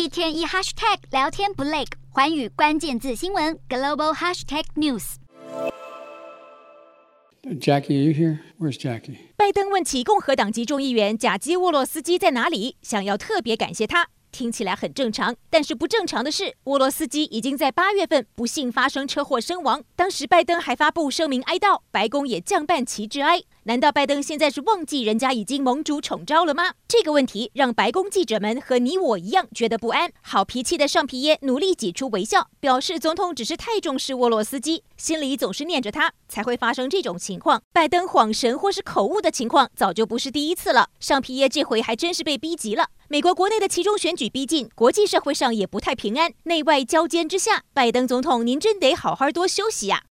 一天一 hashtag 聊天不累，寰宇关键字新闻 global hashtag news。 Jackie, are you here? Where's Jackie? 拜登问起共和党籍众议员贾基沃洛斯基在哪里，想要特别感谢他。听起来很正常，但是不正常的是，沃洛斯基已经在8月份不幸发生车祸身亡。当时拜登还发布声明哀悼，白宫也降半旗致哀。难道拜登现在是忘记人家已经盟主宠召了吗？这个问题让白宫记者们和你我一样觉得不安。好脾气的尚皮耶努力挤出微笑，表示总统只是太重视沃洛斯基，心里总是念着他，才会发生这种情况。拜登恍神或是口误的情况早就不是第一次了。尚皮耶这回还真是被逼急了。美国国内的期中选举逼近，国际社会上也不太平安，内外交煎之下，拜登总统您真得好好多休息呀。